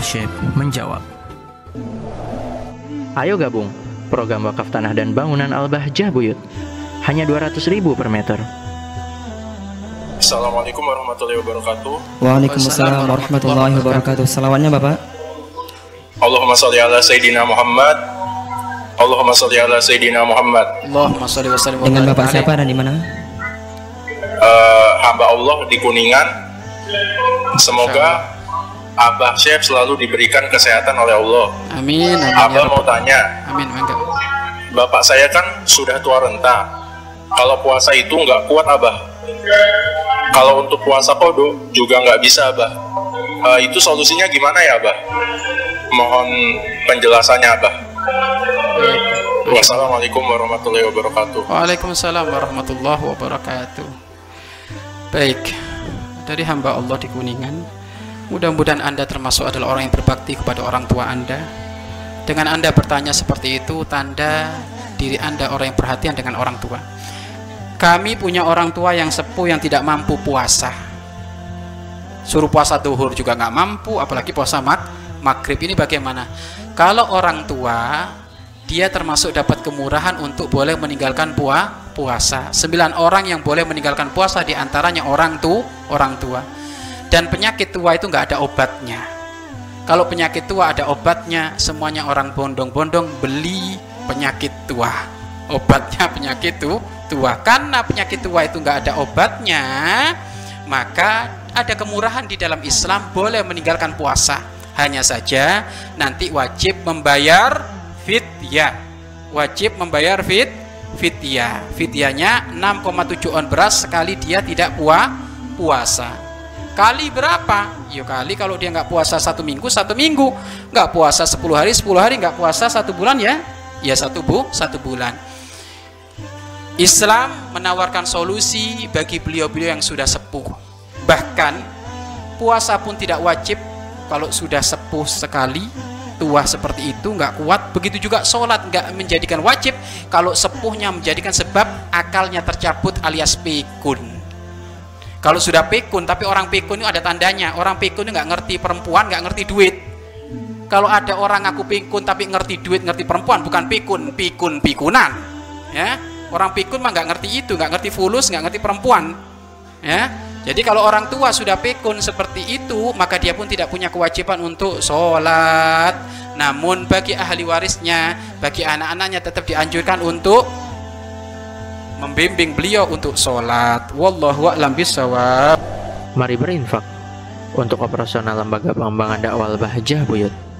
Syekh menjawab. Ayo gabung program wakaf tanah dan bangunan Al-Bahjah Buyut. Hanya 200.000 per meter. Assalamualaikum warahmatullahi wabarakatuh. Waalaikumsalam warahmatullahi wabarakatuh. Salawatnya Bapak. Allahumma sholli ala Sayyidina Muhammad. Allahumma sholli ala Sayyidina Muhammad. Allahumma sholli wa sallim. Dengan Bapak siapa dan di mana? Hamba Allah di Kuningan. Semoga Abah Syekh selalu diberikan kesehatan oleh Allah. Amin. Abah mau tanya. Amin. Bapak saya kan sudah tua renta. Kalau puasa itu nggak kuat Abah. Kalau untuk puasa kodo juga nggak bisa Abah. Itu solusinya gimana ya Abah? Mohon penjelasannya Abah. Wassalamualaikum warahmatullahi wabarakatuh. Waalaikumsalam warahmatullahi wabarakatuh. Baik, dari hamba Allah di Kuningan, mudah-mudahan Anda termasuk adalah orang yang berbakti kepada orang tua Anda. Dengan Anda bertanya seperti itu, tanda diri Anda orang yang perhatian dengan orang tua. Kami punya orang tua yang sepuh yang tidak mampu puasa. Suruh puasa duhur juga nggak mampu, apalagi puasa maghrib. Ini bagaimana? Kalau orang tua, dia termasuk dapat kemurahan untuk boleh meninggalkan puasa. 9 orang yang boleh meninggalkan puasa diantaranya orang tua. Dan penyakit tua itu nggak ada obatnya. Kalau penyakit tua ada obatnya, semuanya orang bondong-bondong beli penyakit tua. Obatnya penyakit tua. Karena penyakit tua itu nggak ada obatnya, maka ada kemurahan di dalam Islam, boleh meninggalkan puasa. Hanya saja nanti wajib membayar fidyah. Wajib membayar fidyah. Fidyahnya 6,7 on beras sekali dia tidak puasa. Kali berapa? Ya kali kalau dia nggak puasa 1 minggu, nggak puasa 10 hari, nggak puasa 1 bulan ya 1 bulan. Islam menawarkan solusi bagi beliau-beliau yang sudah sepuh. Bahkan puasa pun tidak wajib kalau sudah sepuh sekali, tua seperti itu nggak kuat. Begitu juga sholat nggak menjadikan wajib kalau sepuhnya menjadikan sebab akalnya tercabut alias pikun. Kalau sudah pikun, tapi orang pikun itu ada tandanya. Orang pikun itu nggak ngerti perempuan, nggak ngerti duit. Kalau ada orang ngaku pikun tapi ngerti duit, ngerti perempuan, bukan pikunan. Ya, orang pikun mah nggak ngerti itu, nggak ngerti fulus, nggak ngerti perempuan. Ya, jadi kalau orang tua sudah pikun seperti itu, maka dia pun tidak punya kewajiban untuk sholat. Namun bagi ahli warisnya, bagi anak-anaknya tetap dianjurkan untuk membimbing beliau untuk sholat. Wallahu a'lam bishawab. Mari berinfak untuk operasional lembaga pengembangan dakwah Al-Bahjah Buyut.